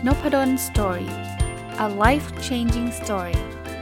Nopadon Story. A life-changing story.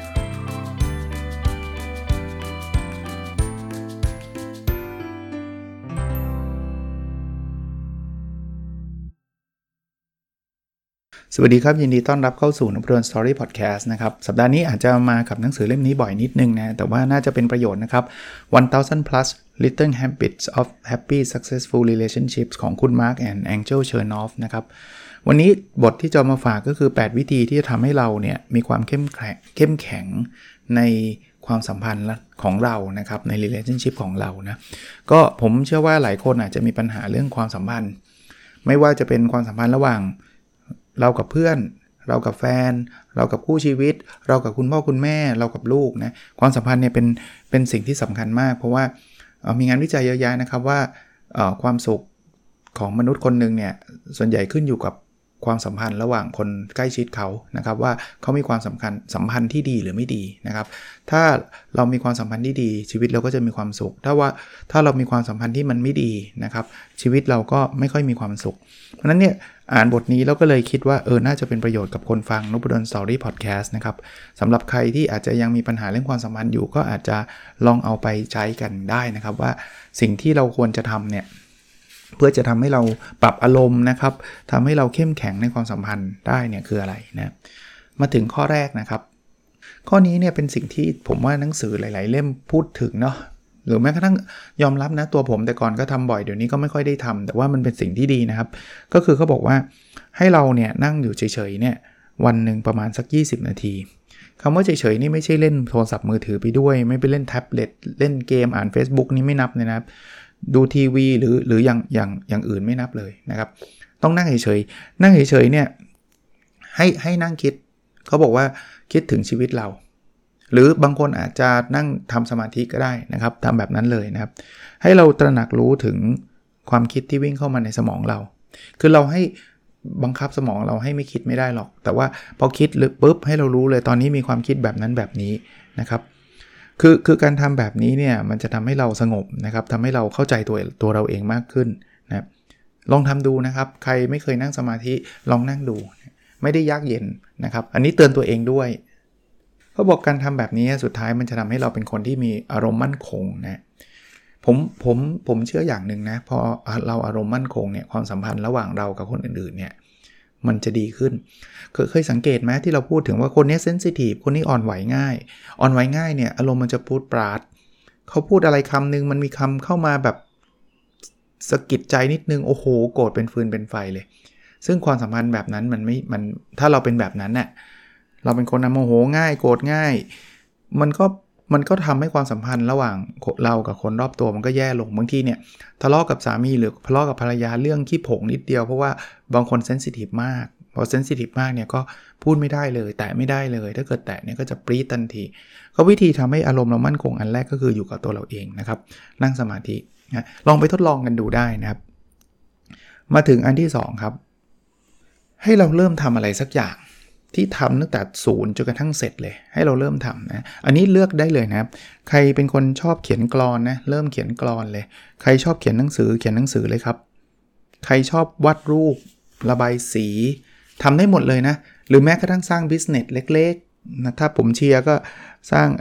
สวัสดีครับยินดีต้อนรับเข้าสู่ Nopadon Story Podcast นะครับสัปดาห์นี้อาจจะมากับหนังสือเล่มนี้บ่อยนิดนึงนะแต่ว่าน่าจะเป็นประโยชน์นะครับ 1000 plus Little Habits of Happy Successful Relationships ของคุณ Mark and Angel Chernoff นะครับวันนี้บทที่จะมาฝากก็คือ8วิธีที่จะทำให้เราเนี่ยมีความเข้มแข็งในความสัมพันธ์ของเรานะครับใน relationship ของเรานะก็ผมเชื่อว่าหลายคนอาจจะมีปัญหาเรื่องความสัมพันธ์ไม่ว่าจะเป็นความสัมพันธ์ระหว่างเรากับเพื่อนเรากับแฟนเรากับคู่ชีวิตเรากับคุณพ่อคุณแม่เรากับลูกนะความสัมพันธ์เนี่ยเป็นสิ่งที่สำคัญมากเพราะว่ามีงานวิจัยเยอะแยะนะครับว่าความสุขของมนุษย์คนนึงเนี่ยส่วนใหญ่ขึ้นอยู่กับความสัมพันธ์ระหว่างคนใกล้ชิดเขานะครับว่าเขามีความสัมพันธ์ที่ดีหรือไม่ดีนะครับถ้าเรามีความสัมพันธ์ที่ดีชีวิตเราก็จะมีความสุขถ้าเรามีความสัมพันธ์ที่มันไม่ดีนะครับชีวิตเราก็ไม่ค่อยมีความสุขเพราะฉะนั้นเนี่ยอ่านบทนี้แล้วก็เลยคิดว่าน่าจะเป็นประโยชน์กับคนฟัง Nopadon Story Podcast นะครับสำหรับใครที่อาจจะยังมีปัญหาเรื่องความสัมพันธ์อยู่ก็อาจจะลองเอาไปใช้กันได้นะครับว่าสิ่งที่เราควรจะทำเนี่ยเพื่อจะทำให้เราปรับอารมณ์นะครับทำให้เราเข้มแข็งในความสัมพันธ์ได้เนี่ยคืออะไรนะมาถึงข้อแรกนะครับข้อนี้เนี่ยเป็นสิ่งที่ผมว่าหนังสือหลายๆเล่มพูดถึงเนาะหรือแม้กระทั่งยอมรับนะตัวผมแต่ก่อนก็ทำบ่อยเดี๋ยวนี้ก็ไม่ค่อยได้ทำแต่ว่ามันเป็นสิ่งที่ดีนะครับก็คือเขาบอกว่าให้เราเนี่ยนั่งอยู่เฉยๆเนี่ยวันหนึ่งประมาณสัก20นาทีคำว่าเฉยๆนี่ไม่ใช่เล่นโทรศัพท์มือถือไปด้วยไม่ไปเล่นแท็บเล็ตเล่นเกมอ่าน Facebook นี่ไม่นับเลยนะครับดูทีวีหรืออย่างอื่นไม่นับเลยนะครับต้องนั่งเฉยๆนั่งเฉยๆเนี่ยให้นั่งคิดเขาบอกว่าคิดถึงชีวิตเราหรือบางคนอาจจะนั่งทำสมาธิก็ได้นะครับทำแบบนั้นเลยนะครับให้เราตระหนักรู้ถึงความคิดที่วิ่งเข้ามาในสมองเราคือเราให้บังคับสมองเราให้ไม่คิดไม่ได้หรอกแต่ว่าพอคิดปุ๊บให้เรารู้เลยตอนนี้มีความคิดแบบนั้นแบบนี้นะครับคือการทำแบบนี้เนี่ยมันจะทำให้เราสงบนะครับทำให้เราเข้าใจตัวเราเองมากขึ้นนะลองทำดูนะครับใครไม่เคยนั่งสมาธิลองนั่งดูไม่ได้ยากเย็นนะครับอันนี้เตือนตัวเองด้วยเขาบอกการทำแบบนี้สุดท้ายมันจะทำให้เราเป็นคนที่มีอารมณ์มั่นคงนะผมเชื่ออย่างหนึ่งนะพอเราอารมณ์มั่นคงเนี่ยความสัมพันธ์ระหว่างเรากับคนอื่นๆเนี่ยมันจะดีขึ้นเคยสังเกตไหมที่เราพูดถึงว่าคนนี้เซนซิทีฟคนนี้อ่อนไหวง่ายเนี่ยอารมณ์มันจะพูดปราดเขาพูดอะไรคำนึงมันมีคำเข้ามาแบบสะกิดใจนิดนึงโอ้โหโกรธเป็นฟืนเป็นไฟเลยซึ่งความสัมพันธ์แบบนั้นมันถ้าเราเป็นแบบนั้นเนี่ยเราเป็นคนโมโหง่ายโกรธง่ายมันก็ทำให้ความสัมพันธ์ระหว่างเรากับคนรอบตัวมันก็แย่ลงบางทีเนี่ยทะเลาะกับสามีหรือทะเลาะกับภรรยาเรื่องขี้ผงนิดเดียวเพราะว่าบางคนเซนซิทีฟมากพอเซนซิทีฟมากเนี่ยก็พูดไม่ได้เลยแตะไม่ได้เลยถ้าเกิดแตะเนี่ยก็จะปรี๊ดทันทีก็วิธีทำให้อารมณ์เรามั่นคงอันแรกก็คืออยู่กับตัวเราเองนะครับนั่งสมาธินะลองไปทดลองกันดูได้นะครับมาถึงอันที่2ครับให้เราเริ่มทำอะไรสักอย่างที่ทำตั้งแต่ศูนย์จนกระทั่งเสร็จเลยให้เราเริ่มทำนะอันนี้เลือกได้เลยนะครับใครเป็นคนชอบเขียนกลอนนะเริ่มเขียนกลอนเลยใครชอบเขียนหนังสือเลยครับใครชอบวาดรูประบายสีทำได้หมดเลยนะหรือแม้กระทั่งสร้างบิสเนสเล็กๆนะถ้าผมเชียร์ก็สร้าง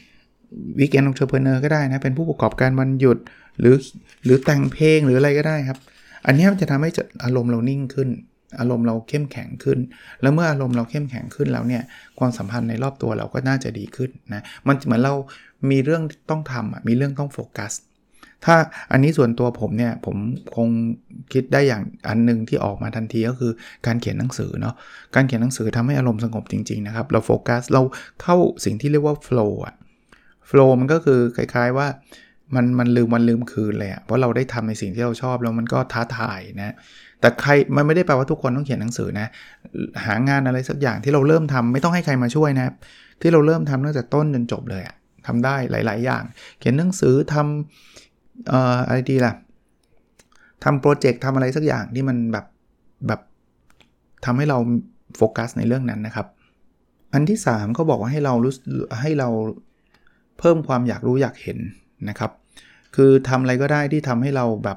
Weekend Entrepreneur ก็ได้นะเป็นผู้ประกอบการวันหยุดหรือแต่งเพลงหรืออะไรก็ได้ครับอันนี้มันจะทำให้อารมณ์เรานิ่งขึ้นอารมณ์เราเข้มแข็งขึ้นแล้วเมื่ออารมณ์เราเข้มแข็งขึ้นแล้วเนี่ยความสัมพันธ์ในรอบตัวเราก็น่าจะดีขึ้นนะมันเหมือนเรามีเรื่องต้องทำมีเรื่องต้องโฟกัสถ้าอันนี้ส่วนตัวผมเนี่ยผมคงคิดได้อย่างอันนึงที่ออกมาทันทีก็คือการเขียนหนังสือเนาะการเขียนหนังสือทำให้อารมณ์สงบจริงๆนะครับเราโฟกัสเราเข้าสิ่งที่เรียกว่าโฟลว์โฟลว์มันก็คือคล้ายๆว่ามันลืมวันลืมคืนเลยเพราะเราได้ทำในสิ่งที่เราชอบแล้วมันก็ท้าทายนะแต่ใครมันไม่ได้แปลว่าทุกคนต้องเขียนหนังสือนะหางานอะไรสักอย่างที่เราเริ่มทำไม่ต้องให้ใครมาช่วยนะที่เราเริ่มทำตั้งแต่ต้นจนจบเลยทำได้หลายๆอย่างเขียนหนังสือทำอะไรดีล่ะทำโปรเจกต์ทำอะไรสักอย่างที่มันแบบทำให้เราโฟกัสในเรื่องนั้นนะครับอันที่3เขาบอกว่าให้เราเพิ่มความอยากรู้อยากเห็นนะครับคือทำอะไรก็ได้ที่ทำให้เราแบบ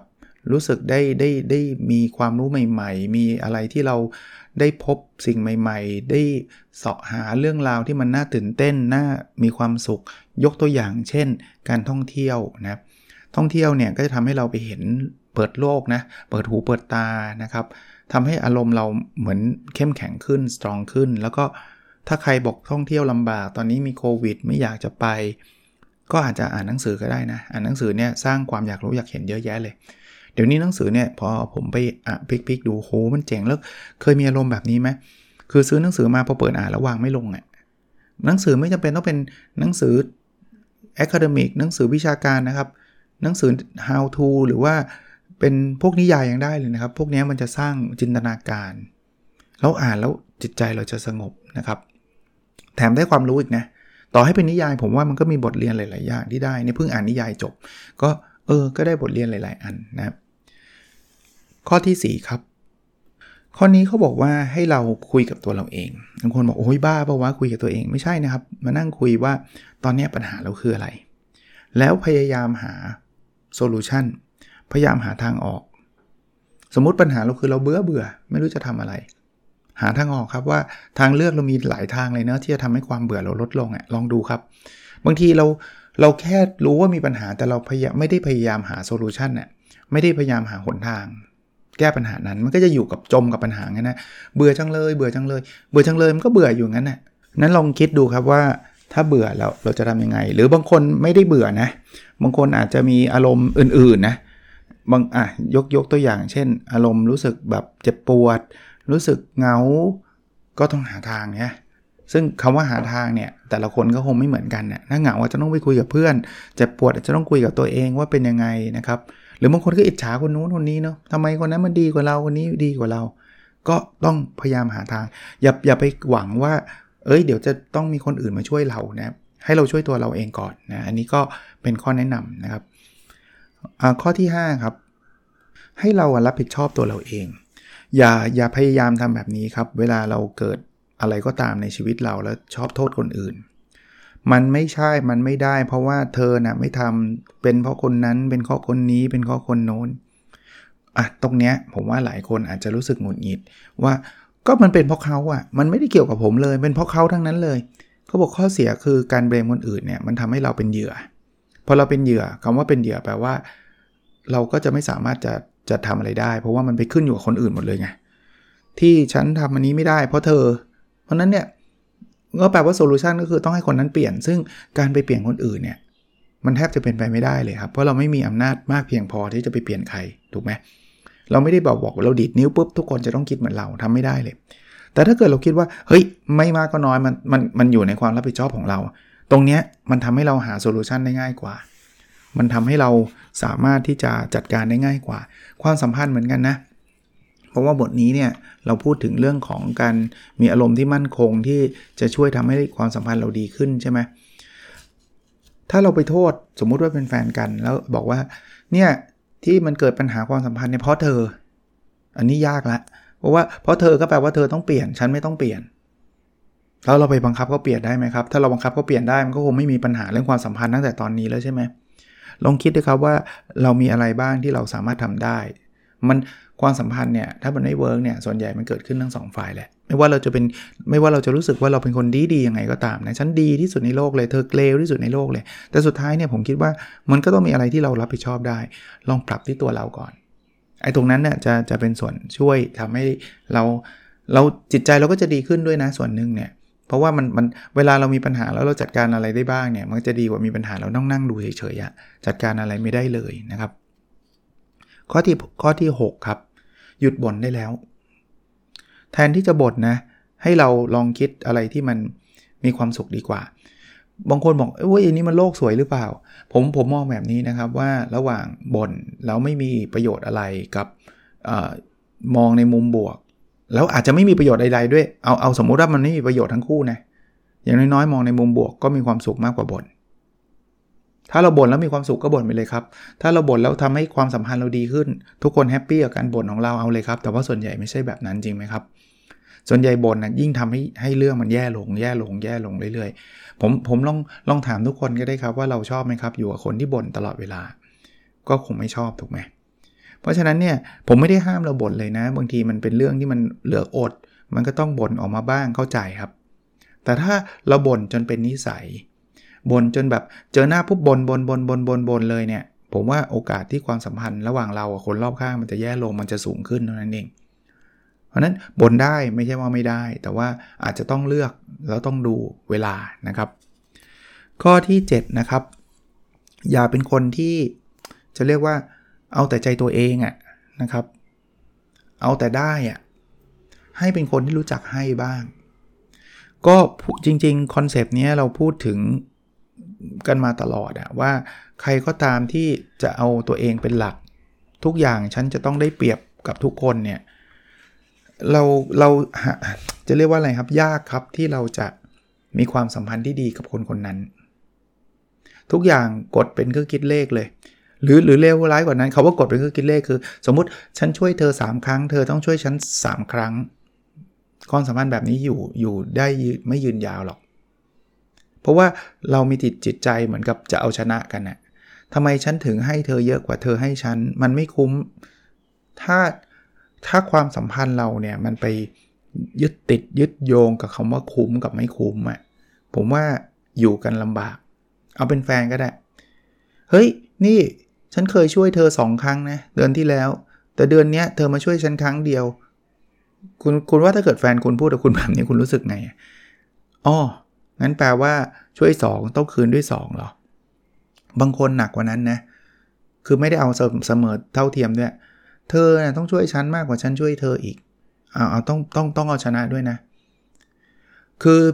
รู้สึกได้มีความรู้ใหม่ๆมีอะไรที่เราได้พบสิ่งใหม่ๆได้เสาะหาเรื่องราวที่มันน่าตื่นเต้นน่ามีความสุขยกตัวอย่างเช่นการท่องเที่ยวนะท่องเที่ยวเนี่ยก็จะทำให้เราไปเห็นเปิดโลกนะเปิดหูเปิดตานะครับทำให้อารมณ์เราเหมือนเข้มแข็งขึ้นสตรองขึ้นแล้วก็ถ้าใครบอกท่องเที่ยวลำบากตอนนี้มีโควิดไม่อยากจะไปก็อาจจะอ่านหนังสือก็ได้นะอ่านหนังสือเนี่ยสร้างความอยากรู้อยากเห็นเยอะแยะเลยเดี๋ยวนี้หนังสือเนี่ยพอผมไปพลิกดูโหมันเจ๋งแล้วเคยมีอารมณ์แบบนี้ไหมคือซื้อหนังสือมาพอเปิดอ่านแล้ววางไม่ลงอ่ะหนังสือไม่จำเป็นต้องเป็นหนังสือ academic หนังสือวิชาการนะครับหนังสือ how to หรือว่าเป็นพวกนิยายยังได้เลยนะครับพวกนี้มันจะสร้างจินตนาการแล้วอ่านแล้วจิตใจเราจะสงบนะครับแถมได้ความรู้อีกนะต่อให้เป็นนิยายผมว่ามันก็มีบทเรียนหลายๆอย่างที่ได้นี่เพิ่งอ่านนิยายจบก็ได้บทเรียนหลายๆอันนะครับข้อที่4ครับข้อนี้เขาบอกว่าให้เราคุยกับตัวเราเองบางคนบอกโอ้ยบ้าป่าววะคุยกับตัวเองไม่ใช่นะครับมานั่งคุยว่าตอนนี้ปัญหาเราคืออะไรแล้วพยายามหาโซลูชันพยายามหาทางออกสมมุติปัญหาเราคือเราเบื่อไม่รู้จะทำอะไรหาทางออกครับว่าทางเลือกเรามีหลายทางเลยเนาะที่จะทำให้ความเบื่อเราลดลงลองดูครับบางทีเราแค่รู้ว่ามีปัญหาแต่เราไม่ได้พยายามหาโซลูชันไม่ได้พยายามหาหนทางแก้ปัญหานั้นมันก็จะอยู่กับจมกับปัญหางั้นนะเบื่อจังเลยมันก็เบื่ออยู่งั้นน่ะนั้นลองคิดดูครับว่าถ้าเบื่อเราจะทำยังไงหรือบางคนไม่ได้เบื่อนะบางคนอาจจะมีอารมณ์อื่นๆนะยกตัวอย่างเช่นอารมณ์รู้สึกแบบเจ็บปวดรู้สึกเหงาก็ต้องหาทางเนี่ยซึ่งคำว่าหาทางเนี่ยแต่ละคนก็คงไม่เหมือนกันนะถ้าเหงาจะต้องไปคุยกับเพื่อนเจ็บปวดจะต้องคุยกับตัวเองว่าเป็นยังไงนะครับหรือบางคนก็อิจฉาคนนู้นคนนี้เนาะทำไมคนนั้นมันดีกว่าเราคนนี้ดีกว่าเราก็ต้องพยายามหาทางอย่าไปหวังว่าเดี๋ยวจะต้องมีคนอื่นมาช่วยเรานะให้เราช่วยตัวเราเองก่อนนะอันนี้ก็เป็นข้อแนะนำนะครับข้อที่5ครับให้เรารับผิดชอบตัวเราเองอย่าพยายามทำแบบนี้ครับเวลาเราเกิดอะไรก็ตามในชีวิตเราแล้วชอบโทษคนอื่นมันไม่ใช่มันไม่ได้เพราะว่าเธอน่ะไม่ทำเป็นเพราะคนนั้นเป็นเพราะคนนี้เป็นเพราะคนโน้นตรงเนี้ยผมว่าหลายคนอาจจะรู้สึกหงุดหงิดว่าก็มันเป็นเพราะเขามันไม่ได้เกี่ยวกับผมเลยเป็นเพราะเขาทั้งนั้นเลยเขาบอกข้อเสียคือการเบลมคนอื่นเนี่ยมันทำให้เราเป็นเหยื่อพอเราเป็นเหยื่อคำว่าเป็นเหยื่อแปลว่าเราก็จะไม่สามารถจะทำอะไรได้เพราะว่ามันไปขึ้นอยู่กับคนอื่นหมดเลยไงที่ฉันทำอันนี้ไม่ได้เพราะเธอเพราะนั้นเนี่ยก็แปลว่าโซลูชันก็คือต้องให้คนนั้นเปลี่ยนซึ่งการไปเปลี่ยนคนอื่นเนี่ยมันแทบจะเป็นไปไม่ได้เลยครับเพราะเราไม่มีอำนาจมากเพียงพอที่จะไปเปลี่ยนใครถูกไหมเราไม่ได้บอกเราดีดนิ้วปุ๊บทุกคนจะต้องคิดเหมือนเราทำไม่ได้เลยแต่ถ้าเกิดเราคิดว่าเฮ้ยไม่มากก็น้อยมันอยู่ในความรับผิดชอบของเราตรงเนี้ยมันทำให้เราหาโซลูชันได้ง่ายกว่ามันทำให้เราสามารถที่จะจัดการได้ง่ายกว่าความสัมพันธ์เหมือนกันนะเพราะว่าบทนี้เนี่ยเราพูดถึงเรื่องของการมีอารมณ์ที่มั่นคงที่จะช่วยทำให้ความสัมพันธ์เราดีขึ้นใช่ไหมถ้าเราไปโทษสมมุติว่าเป็นแฟนกันแล้วบอกว่าเนี่ยที่มันเกิดปัญหาความสัมพันธ์เนี่ยเพราะเธออันนี้ยากละเพราะว่าเพราะเธอก็แปลว่าเธอต้องเปลี่ยนฉันไม่ต้องเปลี่ยนแล้วเราไปบังคับเขาเปลี่ยนได้ไหมครับถ้าเราบังคับเขาเปลี่ยนได้มันก็คงไม่มีปัญหาเรื่องความสัมพันธ์ตั้งแต่ตอนนี้แล้วใช่ไหมลองคิดดูครับว่าเรามีอะไรบ้างที่เราสามารถทำได้มันความสัมพันธ์เนี่ยถ้ามันไม่เวิร์กเนี่ยส่วนใหญ่มันเกิดขึ้นทั้ง2ฝ่ายแหละไม่ว่าเราจะรู้สึกว่าเราเป็นคนดียังไงก็ตามนะฉันดีที่สุดในโลกเลยเธอเลวที่สุดในโลกเลยแต่สุดท้ายเนี่ยผมคิดว่ามันก็ต้องมีอะไรที่เรารับผิดชอบได้ลองปรับที่ตัวเราก่อนไอ้ตรงนั้นเนี่ยจะเป็นส่วนช่วยทำให้เราจิตใจเราก็จะดีขึ้นด้วยนะส่วนนึงเนี่ยเพราะว่ามันเวลาเรามีปัญหาแล้วเราจัดการอะไรได้บ้างเนี่ยมันจะดีกว่ามีปัญหาเรานั่งดูเฉยๆจัดการอะไรไม่ได้เลยนะครับข้อที่6ครับหยุดบ่นได้แล้วแทนที่จะบ่นนะให้เราลองคิดอะไรที่มันมีความสุขดีกว่าบางคนบอกอันนี้มันโลกสวยหรือเปล่าผมมองแบบนี้นะครับว่าระหว่างบ่นแล้วไม่มีประโยชน์อะไรกับมองในมุมบวกแล้วอาจจะไม่มีประโยชน์ใดๆด้วยเอาสมมุติว่ามันไม่มีประโยชน์ทั้งคู่นะอย่างน้อยๆมองในมุมบวกก็มีความสุขมากกว่าบ่นถ้าเราบ่นแล้วมีความสุขก็บ่นไปเลยครับถ้าเราบ่นแล้วทำให้ความสัมพันธ์เราดีขึ้นทุกคนแฮปปี้กับการบ่นของเราเอาเลยครับแต่ว่าส่วนใหญ่ไม่ใช่แบบนั้นจริงไหมครับส่วนใหญ่บ่นนะยิ่งทำให้เรื่องมันแย่ลงเรื่อยๆผมลองถามทุกคนก็ได้ครับว่าเราชอบไหมครับอยู่กับคนที่บ่นตลอดเวลาก็คงไม่ชอบถูกไหมเพราะฉะนั้นเนี่ยผมไม่ได้ห้ามเราบ่นเลยนะบางทีมันเป็นเรื่องที่มันเหลืออดมันก็ต้องบ่นออกมาบ้างเข้าใจครับแต่ถ้าเราบ่นจนเป็นนิสัยบ่นจนแบบเจอหน้าปุ๊บบ่นเลยเนี่ยผมว่าโอกาสที่ความสัมพันธ์ระหว่างเรากับคนรอบข้างมันจะแย่ลงมันจะสูงขึ้นเท่านั้นเองเพราะนั้นบ่นได้ไม่ใช่ว่าไม่ได้แต่ว่าอาจจะต้องเลือกแล้วต้องดูเวลานะครับข้อที่7นะครับอย่าเป็นคนที่จะเรียกว่าเอาแต่ใจตัวเองนะครับเอาแต่ได้ให้เป็นคนที่รู้จักให้บ้างก็จริงๆคอนเซปต์นี้เราพูดถึงกันมาตลอดว่าใครก็ตามที่จะเอาตัวเองเป็นหลักทุกอย่างฉันจะต้องได้เปรียบกับทุกคนเนี่ยเราจะเรียกว่าอะไรครับยากครับที่เราจะมีความสัมพันธ์ที่ดีกับคนคนนั้นทุกอย่างกดเป็นเครื่องคิดเลขเลยหรือเลวร้ายกว่านั้นเขาว่ากดเป็นเครื่องคิดเลขคือสมมุติฉันช่วยเธอ3ครั้งเธอต้องช่วยฉัน3ครั้งความสัมพันธ์แบบนี้อยู่ได้ไม่ยืนยาวหรอกเพราะว่าเรามีจิตใจเหมือนกับจะเอาชนะกันทำไมฉันถึงให้เธอเยอะกว่าเธอให้ฉันมันไม่คุ้มถ้าความสัมพันธ์เราเนี่ยมันไปยึดโยงกับคำว่าคุ้มกับไม่คุ้มผมว่าอยู่กันลำบากเอาเป็นแฟนก็ได้เฮ้ยนี่ฉันเคยช่วยเธอ2ครั้งนะเดือนที่แล้วแต่เดือนนี้เธอมาช่วยฉันครั้งเดียวคุณว่าถ้าเกิดแฟนคุณพูดกับคุณแบบนี้คุณรู้สึกไงงั้นแปลว่าช่วย2ต้องคืนด้วย2เหรอบางคนหนักกว่านั้นนะคือไม่ได้เอาเสมอเท่าเทียมด้วยเธอต้องช่วยฉันมากกว่าฉันช่วยเธออีกต้องเอาชนะด้วยนะคือ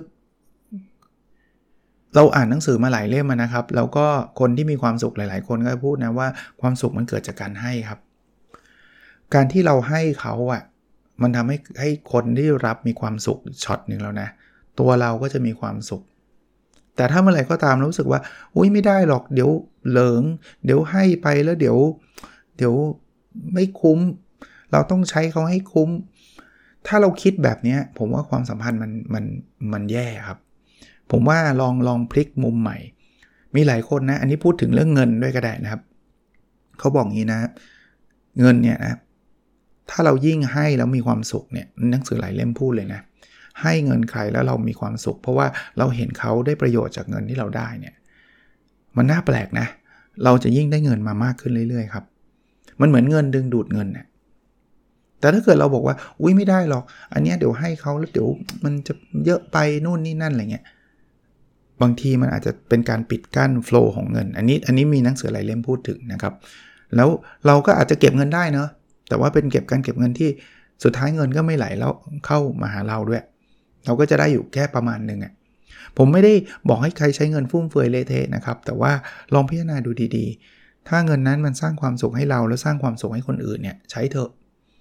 เราอ่านหนังสือมาหลายเล่มนะครับแล้วก็คนที่มีความสุขหลายๆคนก็พูดนะว่าความสุขมันเกิดจากการให้ครับการที่เราให้เขามันทำให้คนที่รับมีความสุขช็อตนึงแล้วนะตัวเราก็จะมีความสุขแต่ถ้าเมื่อไหร่ก็ตามรู้สึกว่าอุ๊ยไม่ได้หรอกเดี๋ยวเหลิงเดี๋ยวให้ไปแล้วเดี๋ยวไม่คุ้มเราต้องใช้เขาให้คุ้มถ้าเราคิดแบบนี้ผมว่าความสัมพันธ์มันแย่ครับผมว่าลองพลิกมุมใหม่มีหลายคนนะอันนี้พูดถึงเรื่องเงินด้วยก็ได้นะครับเขาบอกงี้นะเงินเนี่ยนะถ้าเรายิ่งให้แล้วมีความสุขเนี่ยหนังสือหลายเล่มพูดเลยนะให้เงินใครแล้วเรามีความสุขเพราะว่าเราเห็นเขาได้ประโยชน์จากเงินที่เราได้เนี่ยมันน่าแปลกนะเราจะยิ่งได้เงินมามากขึ้นเรื่อยๆครับมันเหมือนเงินดึงดูดเงินนะแต่ถ้าเกิดเราบอกว่าอุ๊ยไม่ได้หรอกอันนี้เดี๋ยวให้เขาแล้วเดี๋ยวมันจะเยอะไปนู่นนี่นั่นอะไรเงี้ยบางทีมันอาจจะเป็นการปิดกั้นโฟลว์ของเงินอันนี้มีหนังสือหลายเล่มพูดถึงนะครับแล้วเราก็อาจจะเก็บเงินได้เนาะแต่ว่าเป็นเก็บเงินที่สุดท้ายเงินก็ไม่ไหลแล้วเข้ามาหาเราด้วยเราก็จะได้อยู่แค่ประมาณนึงผมไม่ได้บอกให้ใครใช้เงินฟุ่มเฟือยเละเทะนะครับแต่ว่าลองพิจารณาดูดีๆถ้าเงินนั้นมันสร้างความสุขให้เราแล้วสร้างความสุขให้คนอื่นเนี่ยใช้เถอะ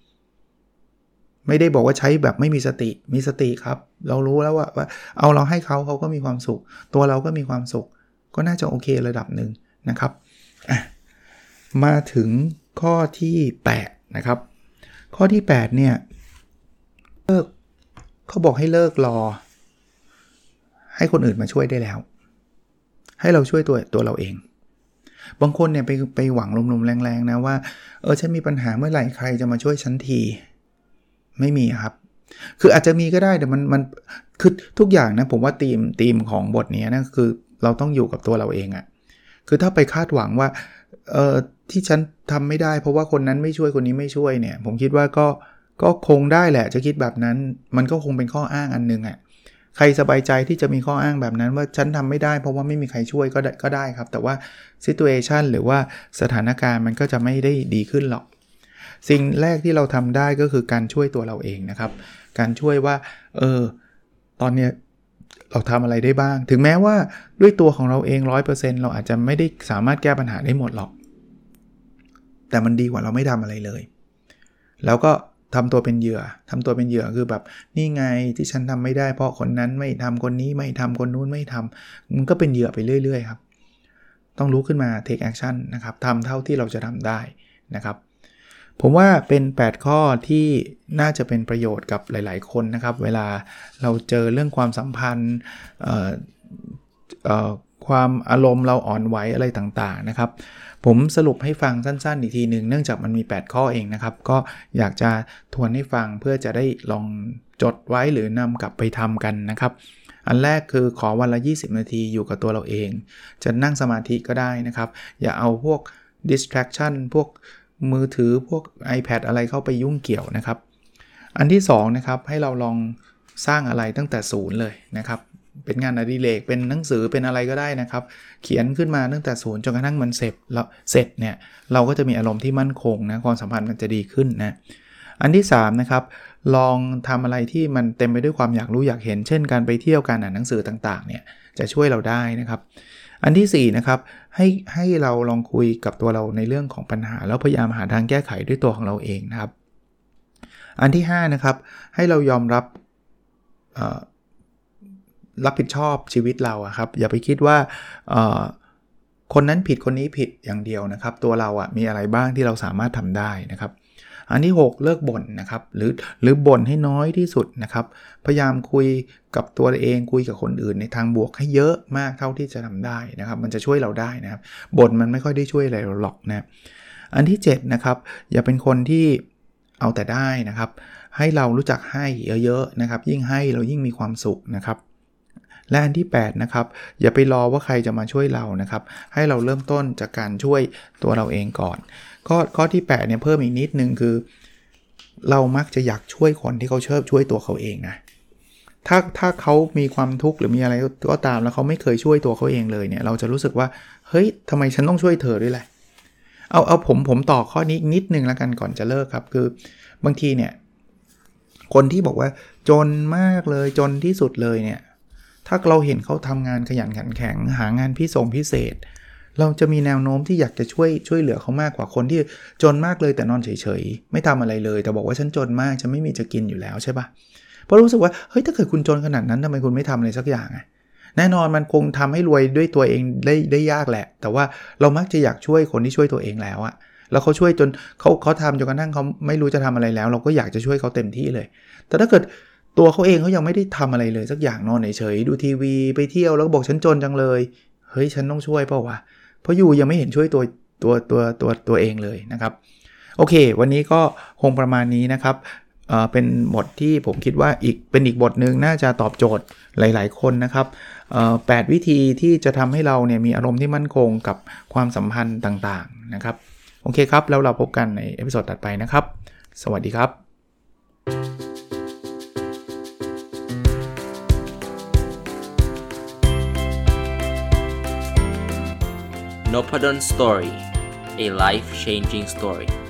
ไม่ได้บอกว่าใช้แบบไม่มีสติมีสติครับเรารู้แล้วว่าเอาเราให้เขาก็มีความสุขตัวเราก็มีความสุขก็น่าจะโอเคระดับหนึ่งนะครับมาถึงข้อที่8นะครับข้อที่8เนี่ยเขาบอกให้เลิกรอให้คนอื่นมาช่วยได้แล้วให้เราช่วยตัวเราเองบางคนเนี่ยไปหวังลมๆแรงๆนะว่าฉันมีปัญหาเมื่อไหร่ใครจะมาช่วยฉันทีไม่มีครับคืออาจจะมีก็ได้แต่มันคือทุกอย่างนะผมว่าธีมของบทนี้นะคือเราต้องอยู่กับตัวเราเองคือถ้าไปคาดหวังว่าที่ฉันทำไม่ได้เพราะว่าคนนั้นไม่ช่วยคนนี้ไม่ช่วยเนี่ยผมคิดว่าก็คงได้แหละจะคิดแบบนั้นมันก็คงเป็นข้ออ้างอันนึงใครสบายใจที่จะมีข้ออ้างแบบนั้นว่าฉันทำไม่ได้เพราะว่าไม่มีใครช่วยก็ได้ครับแต่ว่า situation หรือว่าสถานการณ์มันก็จะไม่ได้ดีขึ้นหรอกสิ่งแรกที่เราทำได้ก็คือการช่วยตัวเราเองนะครับการช่วยว่าตอนนี้เราทำอะไรได้บ้างถึงแม้ว่าด้วยตัวของเราเอง 100% เราอาจจะไม่ได้สามารถแก้ปัญหาได้หมดหรอกแต่มันดีกว่าเราไม่ทำอะไรเลยแล้วก็ทำตัวเป็นเหยื่อคือแบบนี่ไงที่ฉันทำไม่ได้เพราะคนนั้นไม่ทำคนนี้ไม่ทำคนนู้นไม่ทำมันก็เป็นเหยื่อไปเรื่อยๆครับต้องลุกขึ้นมา take action นะครับทำเท่าที่เราจะทำได้นะครับผมว่าเป็น8ข้อที่น่าจะเป็นประโยชน์กับหลายๆคนนะครับเวลาเราเจอเรื่องความสัมพันธ์ความอารมณ์เราอ่อนไหวอะไรต่างๆนะครับผมสรุปให้ฟังสั้นๆอีกทีนึงเนื่องจากมันมี8ข้อเองนะครับก็อยากจะทวนให้ฟังเพื่อจะได้ลองจดไว้หรือนำกลับไปทำกันนะครับอันแรกคือขอวันละ20นาทีอยู่กับตัวเราเองจะนั่งสมาธิก็ได้นะครับอย่าเอาพวก distraction พวกมือถือพวก iPad อะไรเข้าไปยุ่งเกี่ยวนะครับอันที่2นะครับให้เราลองสร้างอะไรตั้งแต่ศูนย์เลยนะครับเป็นงานอดิเรกเป็นหนังสือเป็นอะไรก็ได้นะครับเขียนขึ้นมาตั้งแต่ศูนย์จนกระทั่งมันเสร็จเนี่ยเราก็จะมีอารมณ์ที่มั่นคงนะความสัมพันธ์มันจะดีขึ้นนะอันที่3นะครับลองทำอะไรที่มันเต็มไปด้วยความอยากรู้อยากเห็นเช่นการไปเที่ยวการอ่านหนังสือต่างๆเนี่ยจะช่วยเราได้นะครับอันที่4นะครับให้เราลองคุยกับตัวเราในเรื่องของปัญหาแล้วพยายามหาทางแก้ไขด้วยตัวของเราเองนะครับอันที่5นะครับให้เรายอมรับผิดชอบชีวิตเราครับอย่าไปคิดว่าคนนั้นผิดคนนี้ผิดอย่างเดียวนะครับตัวเรามีอะไรบ้างที่เราสามารถทำได้นะครับอันที่6เลิกบ่นนะครับหรือบ่นให้น้อยที่สุดนะครับพยายามคุยกับตัวเองคุยกับคนอื่นในทางบวกให้เยอะมากเท่าที่จะทำได้นะครับมันจะช่วยเราได้นะครับบ่นมันไม่ค่อยได้ช่วยอะไรเราหรอกนะอันที่7นะครับอย่าเป็นคนที่เอาแต่ได้นะครับให้เรารู้จักให้เยอะๆนะครับยิ่งให้เรายิ่งมีความสุขนะครับและอันที่8นะครับอย่าไปรอว่าใครจะมาช่วยเรานะครับให้เราเริ่มต้นจากการช่วยตัวเราเองก่อนข้อที่8เนี่ยเพิ่มอีกนิดนึงคือเรามักจะอยากช่วยคนที่เขาช่วยตัวเขาเองนะถ้าเขามีความทุกข์หรือมีอะไรก็ตามแล้วเขาไม่เคยช่วยตัวเขาเองเลยเนี่ยเราจะรู้สึกว่าเฮ้ยทำไมฉันต้องช่วยเธอด้วยแหละเอาผมต่อข้อนี้นิดนึงแล้วกันก่อนจะเลิกครับคือบางทีเนี่ยคนที่บอกว่าจนมากเลยจนที่สุดเลยเนี่ยถ้าเราเห็นเขาทำงานขยันขันแข็งหางานพิเศษเราจะมีแนวโน้มที่อยากจะช่วยเหลือเขามากกว่าคนที่จนมากเลยแต่นอนเฉยๆไม่ทำอะไรเลยแต่บอกว่าฉันจนมากฉันไม่มีจะกินอยู่แล้วใช่ปะเพราะรู้สึกว่าเฮ้ยถ้าเกิดคุณจนขนาดนั้นทำไมคุณไม่ทำอะไรสักอย่างแน่นอนมันคงทำให้รวยด้วยตัวเองได้ยากแหละแต่ว่าเรามักจะอยากช่วยคนที่ช่วยตัวเองแล้วแล้วเขาช่วยจนเขาทำจนกระทั่งเขาไม่รู้จะทำอะไรแล้วเราก็อยากจะช่วยเขาเต็มที่เลยแต่ถ้าเกิดตัวเขาเองเขายังไม่ได้ทำอะไรเลยสักอย่างนอนเฉยๆดูทีวีไปเที่ยวแล้วบอกฉันจนจังเลยเฮ้ยฉันต้องช่วยเปล่าวะเพราะอยู่ยังไม่เห็นช่วยตัวเองเลยนะครับโอเควันนี้ก็คงประมาณนี้นะครับเป็นบทที่ผมคิดว่าเป็นอีกบทนึงน่าจะตอบโจทย์หลายๆคนนะครับ8วิธีที่จะทำให้เราเนี่ยมีอารมณ์ที่มั่นคงกับความสัมพันธ์ต่างๆนะครับโอเคครับแล้วเราพบกันในเอพิโซดถัดไปนะครับสวัสดีครับ Nopadon Story, a life-changing story.